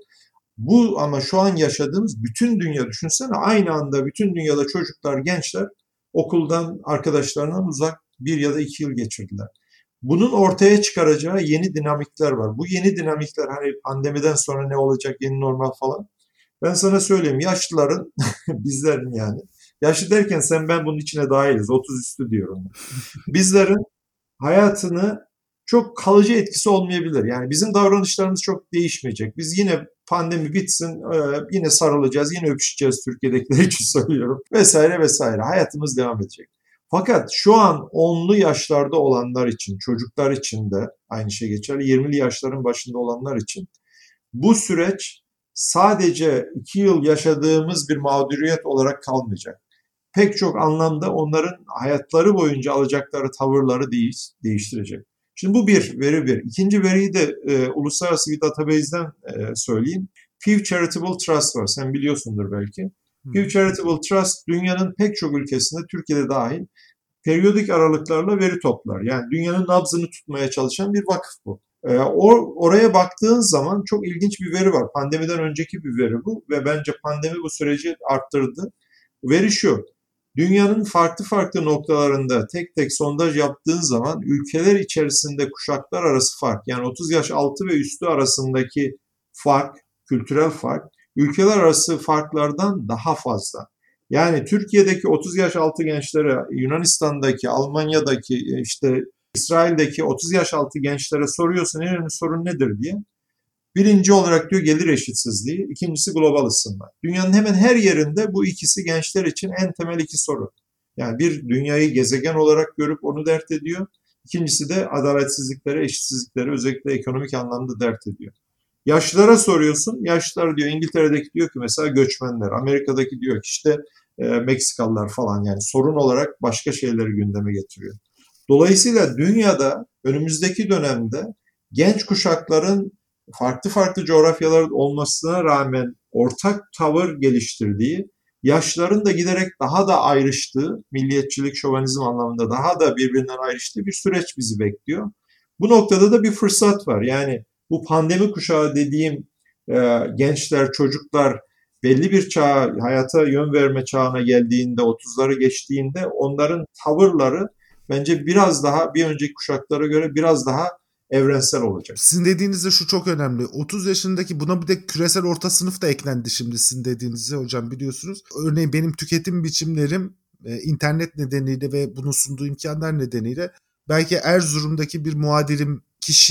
Speaker 2: Bu ama şu an yaşadığımız bütün dünya, düşünsene aynı anda bütün dünyada çocuklar, gençler okuldan, arkadaşlarından uzak bir ya da iki yıl geçirdiler. Bunun ortaya çıkaracağı yeni dinamikler var. Bu yeni dinamikler hani pandemiden sonra ne olacak, yeni normal falan. Ben sana söyleyeyim, yaşlıların, bizlerin yani, yaşlı derken sen ben bunun içine dahiliz, otuz üstü diyorum. Bizlerin hayatını çok kalıcı etkisi olmayabilir. Yani bizim davranışlarımız çok değişmeyecek. Biz yine pandemi bitsin, yine sarılacağız, yine öpüşeceğiz, Türkiye'dekiler için söylüyorum. Vesaire vesaire. Hayatımız devam edecek. Fakat şu an onlu yaşlarda olanlar için, çocuklar için de aynı şey geçerli. yirmili yaşların başında olanlar için bu süreç sadece iki yıl yaşadığımız bir mağduriyet olarak kalmayacak. Pek çok anlamda onların hayatları boyunca alacakları tavırları değiş, değiştirecek. Şimdi bu bir, veri bir. İkinci veriyi de e, uluslararası bir database'den e, söyleyeyim. Pew Charitable Trust var, sen biliyorsundur belki. Hmm. Pew Charitable Trust dünyanın pek çok ülkesinde, Türkiye'de dahil, periyodik aralıklarla veri toplar. Yani dünyanın nabzını tutmaya çalışan bir vakıf bu. E, or, oraya baktığın zaman çok ilginç bir veri var. Pandemiden önceki bir veri bu ve bence pandemi bu süreci arttırdı. Veri şu. Dünyanın farklı farklı noktalarında tek tek sondaj yaptığın zaman ülkeler içerisinde kuşaklar arası fark, yani otuz yaş altı ve üstü arasındaki fark, kültürel fark, ülkeler arası farklardan daha fazla. Yani Türkiye'deki otuz yaş altı gençlere, Yunanistan'daki, Almanya'daki, işte İsrail'deki otuz yaş altı gençlere soruyorsun en önemli sorun nedir diye. Birinci olarak diyor gelir eşitsizliği, ikincisi global ısınma. Dünyanın hemen her yerinde bu ikisi gençler için en temel iki soru. Yani bir, dünyayı gezegen olarak görüp onu dert ediyor. İkincisi de adaletsizlikleri, eşitsizlikleri özellikle ekonomik anlamda dert ediyor. Yaşlılara soruyorsun, yaşlılar diyor İngiltere'deki diyor ki mesela göçmenler, Amerika'daki diyor ki işte e, Meksikalılar falan, yani sorun olarak başka şeyleri gündeme getiriyor. Dolayısıyla dünyada önümüzdeki dönemde genç kuşakların farklı farklı coğrafyalar olmasına rağmen ortak tavır geliştirdiği, yaşların da giderek daha da ayrıştığı, milliyetçilik, şövenizm anlamında daha da birbirinden ayrıştığı bir süreç bizi bekliyor. Bu noktada da bir fırsat var. Yani bu pandemi kuşağı dediğim e, gençler, çocuklar belli bir çağa, hayata yön verme çağına geldiğinde, otuzları geçtiğinde onların tavırları bence biraz daha bir önceki kuşaklara göre biraz daha evrensel olacak.
Speaker 1: Sizin dediğinizde şu çok önemli. otuz yaşındaki, buna bir de küresel orta sınıf da eklendi şimdi sizin dediğinizde hocam, biliyorsunuz. Örneğin benim tüketim biçimlerim e, internet nedeniyle ve bunun sunduğu imkanlar nedeniyle belki Erzurum'daki bir muadilim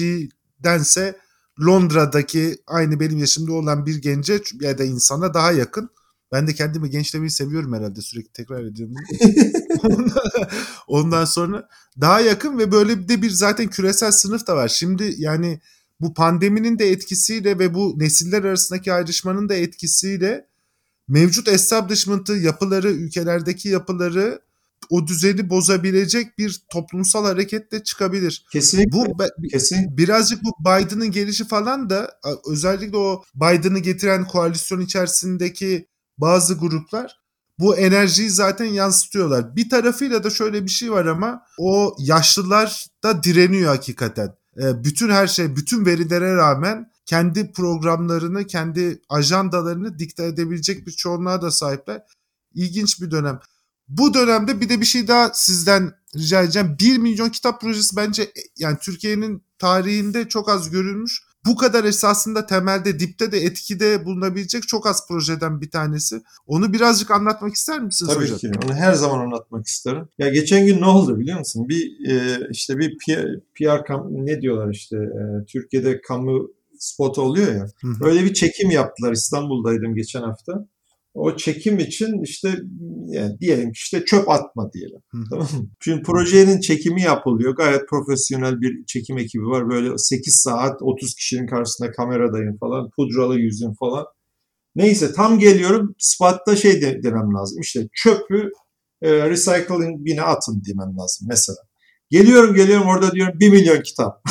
Speaker 1: kişidense Londra'daki aynı benim yaşımda olan bir gence ya da insana daha yakın. Ben de kendimi gençlemeyi seviyorum herhalde, sürekli tekrar ediyorum bunu. ondan, ondan sonra daha yakın ve böyle de bir zaten küresel sınıf da var. Şimdi yani bu pandeminin de etkisiyle ve bu nesiller arasındaki ayrışmanın da etkisiyle mevcut establishment'ı, yapıları, ülkelerdeki yapıları, o düzeni bozabilecek bir toplumsal hareket de çıkabilir.
Speaker 2: Kesinlikle.
Speaker 1: Bu
Speaker 2: Kesinlikle.
Speaker 1: birazcık bu Biden'ın gelişi falan da, özellikle o Biden'ı getiren koalisyon içerisindeki bazı gruplar bu enerjiyi zaten yansıtıyorlar. Bir tarafıyla da şöyle bir şey var ama o yaşlılar da direniyor hakikaten. Bütün her şey, bütün verilere rağmen kendi programlarını, kendi ajandalarını dikte edebilecek bir çoğunluğa da sahipler. İlginç bir dönem. Bu dönemde bir de bir şey daha sizden rica edeceğim. Bir milyon kitap projesi bence yani Türkiye'nin tarihinde çok az görülmüş. Bu kadar esasında temelde, dipte de etkide bulunabilecek çok az projeden bir tanesi. Onu birazcık anlatmak ister misiniz
Speaker 2: Tabii
Speaker 1: hocam?
Speaker 2: ki. Onu her zaman anlatmak isterim. Ya geçen gün ne oldu biliyor musun? Bir e, işte bir P R, P R kam- ne diyorlar işte e, Türkiye'de kamu spotu oluyor ya.
Speaker 1: Hı hı.
Speaker 2: Öyle bir çekim yaptılar. İstanbul'daydım geçen hafta. O çekim için işte yani diyelim ki işte çöp atma diyelim.
Speaker 1: Hı hı.
Speaker 2: Tamam mı? Şimdi projenin çekimi yapılıyor. Gayet profesyonel bir çekim ekibi var. Böyle sekiz saat otuz kişinin karşısında kameradayım falan. Pudralı yüzüm falan. Neyse tam geliyorum spotta şey de, demem lazım. İşte çöpü e, recycling bine atın demem lazım mesela. Geliyorum geliyorum orada diyorum bir milyon kitap.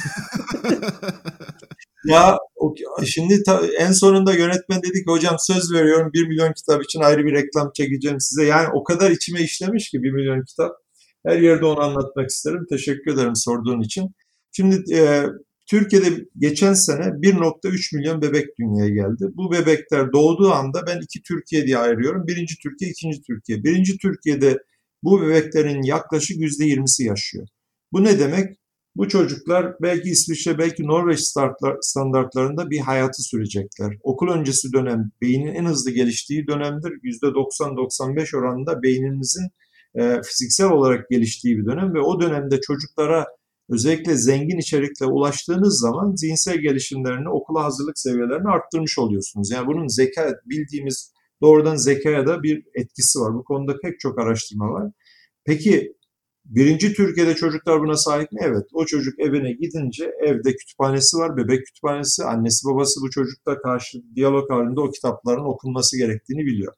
Speaker 2: Ya o, şimdi ta, en sonunda yönetmen dedi ki hocam söz veriyorum bir milyon kitap için ayrı bir reklam çekeceğim size. Yani o kadar içime işlemiş ki bir milyon kitap. Her yerde onu anlatmak isterim. Teşekkür ederim sorduğun için. Şimdi e, Türkiye'de geçen sene bir nokta üç milyon bebek dünyaya geldi. Bu bebekler doğduğu anda ben iki Türkiye diye ayırıyorum. Birinci Türkiye, ikinci Türkiye. Birinci Türkiye'de bu bebeklerin yaklaşık yüzde yirmisi yaşıyor. Bu ne demek? Bu çocuklar belki İsviçre, belki Norveç standartlarında bir hayatı sürecekler. Okul öncesi dönem beynin en hızlı geliştiği dönemdir. yüzde doksan doksan beş oranında beynimizin e, fiziksel olarak geliştiği bir dönem ve o dönemde çocuklara özellikle zengin içerikle ulaştığınız zaman zihinsel gelişimlerini, okula hazırlık seviyelerini arttırmış oluyorsunuz. Yani bunun zeka, bildiğimiz doğrudan zekaya da bir etkisi var. Bu konuda pek çok araştırma var. Peki birinci Türkiye'de çocuklar buna sahip mi? Evet. O çocuk evine gidince evde kütüphanesi var, bebek kütüphanesi. Annesi babası bu çocukla karşı diyalog halinde o kitapların okunması gerektiğini biliyor.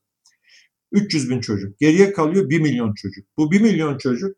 Speaker 2: üç yüz bin çocuk. Geriye kalıyor bir milyon çocuk. Bu bir milyon çocuk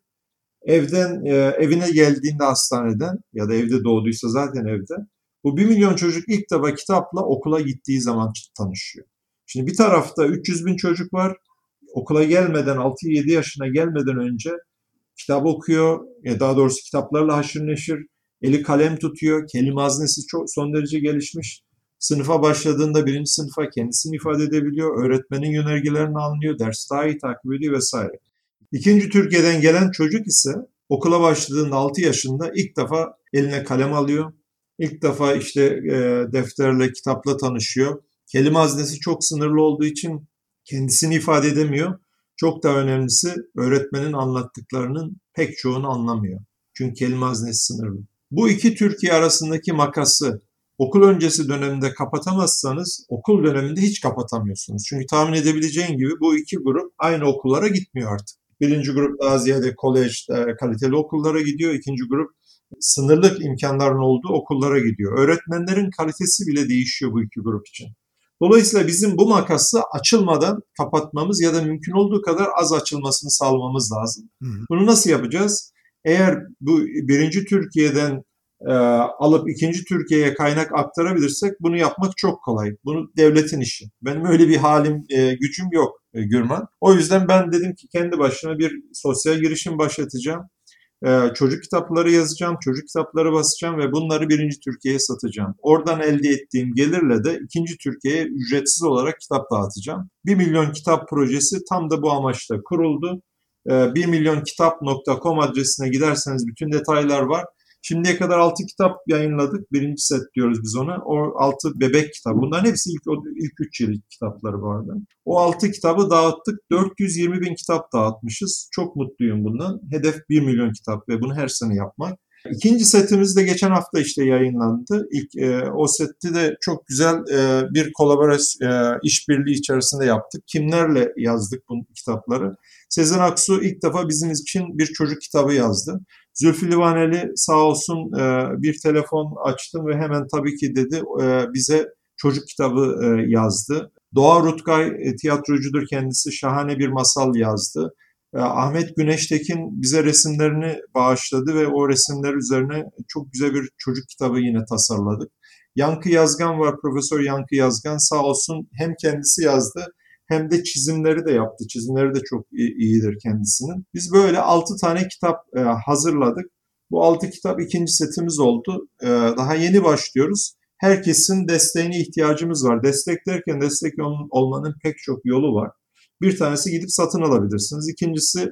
Speaker 2: evden e, evine geldiğinde hastaneden ya da evde doğduysa zaten evde. Bu bir milyon çocuk ilk defa kitapla okula gittiği zaman tanışıyor. Şimdi bir tarafta üç yüz bin çocuk var. Okula gelmeden altı yedi yaşına gelmeden önce kitap okuyor, ya daha doğrusu kitaplarla haşır neşir, eli kalem tutuyor, kelime haznesi çok son derece gelişmiş. Sınıfa başladığında birinci sınıfa kendisini ifade edebiliyor, öğretmenin yönergelerini anlıyor, ders daha iyi takip ediyor vesaire. İkinci Türkiye'den gelen çocuk ise okula başladığında altı yaşında ilk defa eline kalem alıyor. İlk defa işte e, defterle, kitapla tanışıyor. Kelime haznesi çok sınırlı olduğu için kendisini ifade edemiyor. Çok daha önemlisi öğretmenin anlattıklarının pek çoğunu anlamıyor. Çünkü kelime haznesi sınırlı. Bu iki Türkiye arasındaki makası okul öncesi döneminde kapatamazsanız okul döneminde hiç kapatamıyorsunuz. Çünkü tahmin edebileceğin gibi bu iki grup aynı okullara gitmiyor artık. Birinci grup daha ziyade kolej, kaliteli okullara gidiyor. İkinci grup sınırlı imkanların olduğu okullara gidiyor. Öğretmenlerin kalitesi bile değişiyor bu iki grup için. Dolayısıyla bizim bu makası açılmadan kapatmamız ya da mümkün olduğu kadar az açılmasını sağlamamız lazım. Hı hı. Bunu nasıl yapacağız? Eğer bu birinci Türkiye'den e, alıp ikinci Türkiye'ye kaynak aktarabilirsek bunu yapmak çok kolay. Bunu devletin işi. Benim öyle bir halim, e, gücüm yok e, Gürman. O yüzden ben dedim ki kendi başıma bir sosyal girişim başlatacağım. Ee, çocuk kitapları yazacağım, çocuk kitapları basacağım ve bunları birinci Türkiye'ye satacağım. Oradan elde ettiğim gelirle de ikinci Türkiye'ye ücretsiz olarak kitap dağıtacağım. bir milyon kitap projesi tam da bu amaçla kuruldu. Ee, bir milyon kitap nokta com adresine giderseniz bütün detaylar var. Şimdiye kadar altı kitap yayınladık. Birinci set diyoruz biz ona. O altı bebek kitabı. Bunların hepsi ilk, ilk üç yıl kitapları bu arada. O altı kitabı dağıttık. dört yüz yirmi bin kitap dağıtmışız. Çok mutluyum bundan. Hedef bir milyon kitap ve bunu her sene yapmak. İkinci setimiz de geçen hafta işte yayınlandı. İlk e, o sette de çok güzel e, bir kolaborasyon, e, işbirliği içerisinde yaptık. Kimlerle yazdık bu kitapları? Sezen Aksu ilk defa bizim için bir çocuk kitabı yazdı. Zülfü Livaneli sağ olsun e, bir telefon açtım ve hemen tabii ki dedi e, bize çocuk kitabı e, yazdı. Doğa Rutkay e, tiyatrocudur kendisi, şahane bir masal yazdı. E, Ahmet Güneştekin bize resimlerini bağışladı ve o resimler üzerine çok güzel bir çocuk kitabı yine tasarladık. Yankı Yazgan var, Profesör Yankı Yazgan sağ olsun hem kendisi yazdı hem de çizimleri de yaptı. Çizimleri de çok iyidir kendisinin. Biz böyle altı tane kitap e, hazırladık. Bu altı kitap ikinci setimiz oldu. E, daha yeni başlıyoruz. Herkesin desteğine ihtiyacımız var. Destek derken destek olmanın pek çok yolu var. Bir tanesi gidip satın alabilirsiniz. İkincisi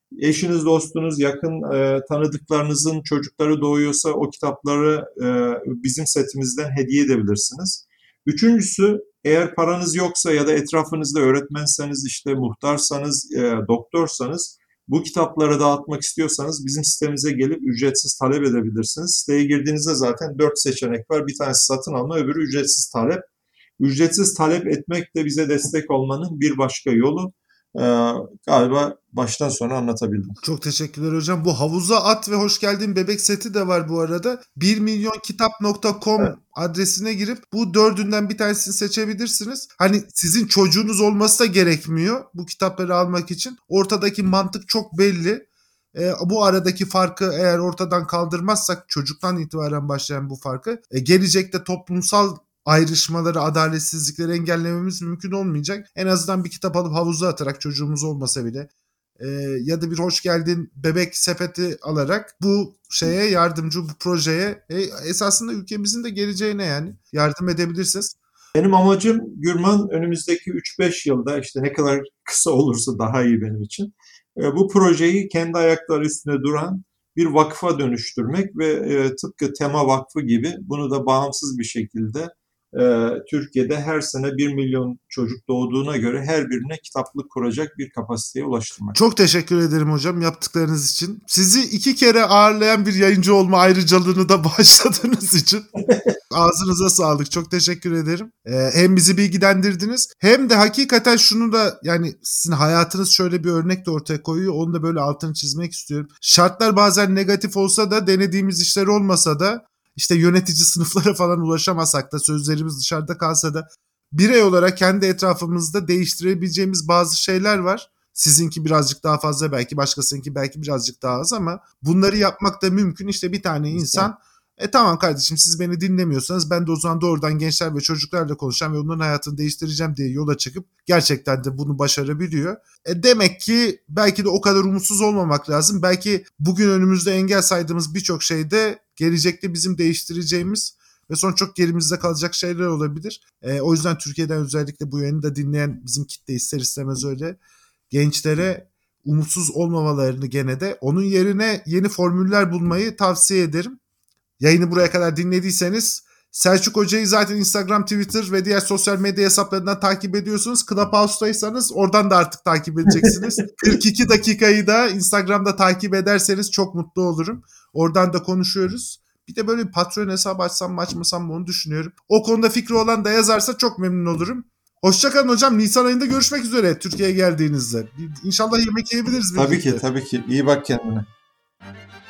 Speaker 2: Eşiniz, dostunuz, yakın e, tanıdıklarınızın çocukları doğuyorsa o kitapları e, bizim setimizden hediye edebilirsiniz. Üçüncüsü, eğer paranız yoksa ya da etrafınızda öğretmenseniz, işte muhtarsanız, e, doktorsanız, bu kitapları dağıtmak istiyorsanız bizim sitemize gelip ücretsiz talep edebilirsiniz. Siteye girdiğinizde zaten dört seçenek var. Bir tanesi satın alma, öbürü ücretsiz talep. Ücretsiz talep etmek de bize destek olmanın bir başka yolu. Ee, galiba baştan sona anlatabildim.
Speaker 1: Çok teşekkürler hocam. Bu havuza at ve hoş geldin bebek seti de var bu arada. bir milyon kitap nokta com evet. adresine girip bu dördünden bir tanesini seçebilirsiniz. Hani sizin çocuğunuz olması da gerekmiyor bu kitapları almak için. Ortadaki mantık çok belli. E, bu aradaki farkı eğer ortadan kaldırmazsak, çocuktan itibaren başlayan bu farkı, e, gelecekte toplumsal ayrışmaları, adaletsizlikleri engellememiz mümkün olmayacak. En azından bir kitap alıp havuza atarak, çocuğumuz olmasa bile e, ya da bir hoş geldin bebek sepeti alarak bu şeye yardımcı, bu projeye e, esasında ülkemizin de geleceğine yani yardım edebilirsiniz.
Speaker 2: Benim amacım Gürman önümüzdeki üç beş yılda, işte ne kadar kısa olursa daha iyi benim için, e, bu projeyi kendi ayakları üstünde duran bir vakfa dönüştürmek ve e, tıpkı Tema Vakfı gibi bunu da bağımsız bir şekilde e, Türkiye'de her sene bir milyon çocuk doğduğuna göre her birine kitaplık kuracak bir kapasiteye ulaştırmak.
Speaker 1: Çok teşekkür ederim hocam yaptıklarınız için. Sizi iki kere ağırlayan bir yayıncı olma ayrıcalığını da bağışladığınız için ağzınıza sağlık. Çok teşekkür ederim. Ee, hem bizi bilgilendirdiniz hem de hakikaten şunu da, yani sizin hayatınız şöyle bir örnek de ortaya koyuyor. Onu da böyle altını çizmek istiyorum. Şartlar bazen negatif olsa da, denediğimiz işler olmasa da, işte yönetici sınıflara falan ulaşamasak da, sözlerimiz dışarıda kalsa da, birey olarak kendi etrafımızda değiştirebileceğimiz bazı şeyler var. Sizinki birazcık daha fazla, belki başkasınınki belki birazcık daha az, ama bunları yapmak da mümkün. İşte bir tane insan, e tamam kardeşim siz beni dinlemiyorsanız ben de o zaman doğrudan gençler ve çocuklarla konuşacağım ve onların hayatını değiştireceğim diye yola çıkıp gerçekten de bunu başarabiliyor. E demek ki belki de o kadar umutsuz olmamak lazım. Belki bugün önümüzde engel saydığımız birçok şeyde gelecekte bizim değiştireceğimiz ve sonra çok gerimizde kalacak şeyler olabilir. E, o yüzden Türkiye'den özellikle bu yayını da dinleyen bizim kitle ister istemez öyle gençlere umutsuz olmamalarını, gene de onun yerine yeni formüller bulmayı tavsiye ederim. Yayını buraya kadar dinlediyseniz Selçuk Hoca'yı zaten Instagram, Twitter ve diğer sosyal medya hesaplarından takip ediyorsunuz. Clubhouse'daysanız oradan da artık takip edeceksiniz. kırk iki dakikayı da Instagram'da takip ederseniz çok mutlu olurum. Oradan da konuşuyoruz. Bir de böyle bir Patreon hesabı açsam mı açmasam mı onu düşünüyorum. O konuda fikri olan da yazarsa çok memnun olurum. Hoşçakalın hocam. Nisan ayında görüşmek üzere Türkiye'ye geldiğinizde. İnşallah yemek yiyebiliriz.
Speaker 2: Tabii ki, tabii ki. İyi bak kendine.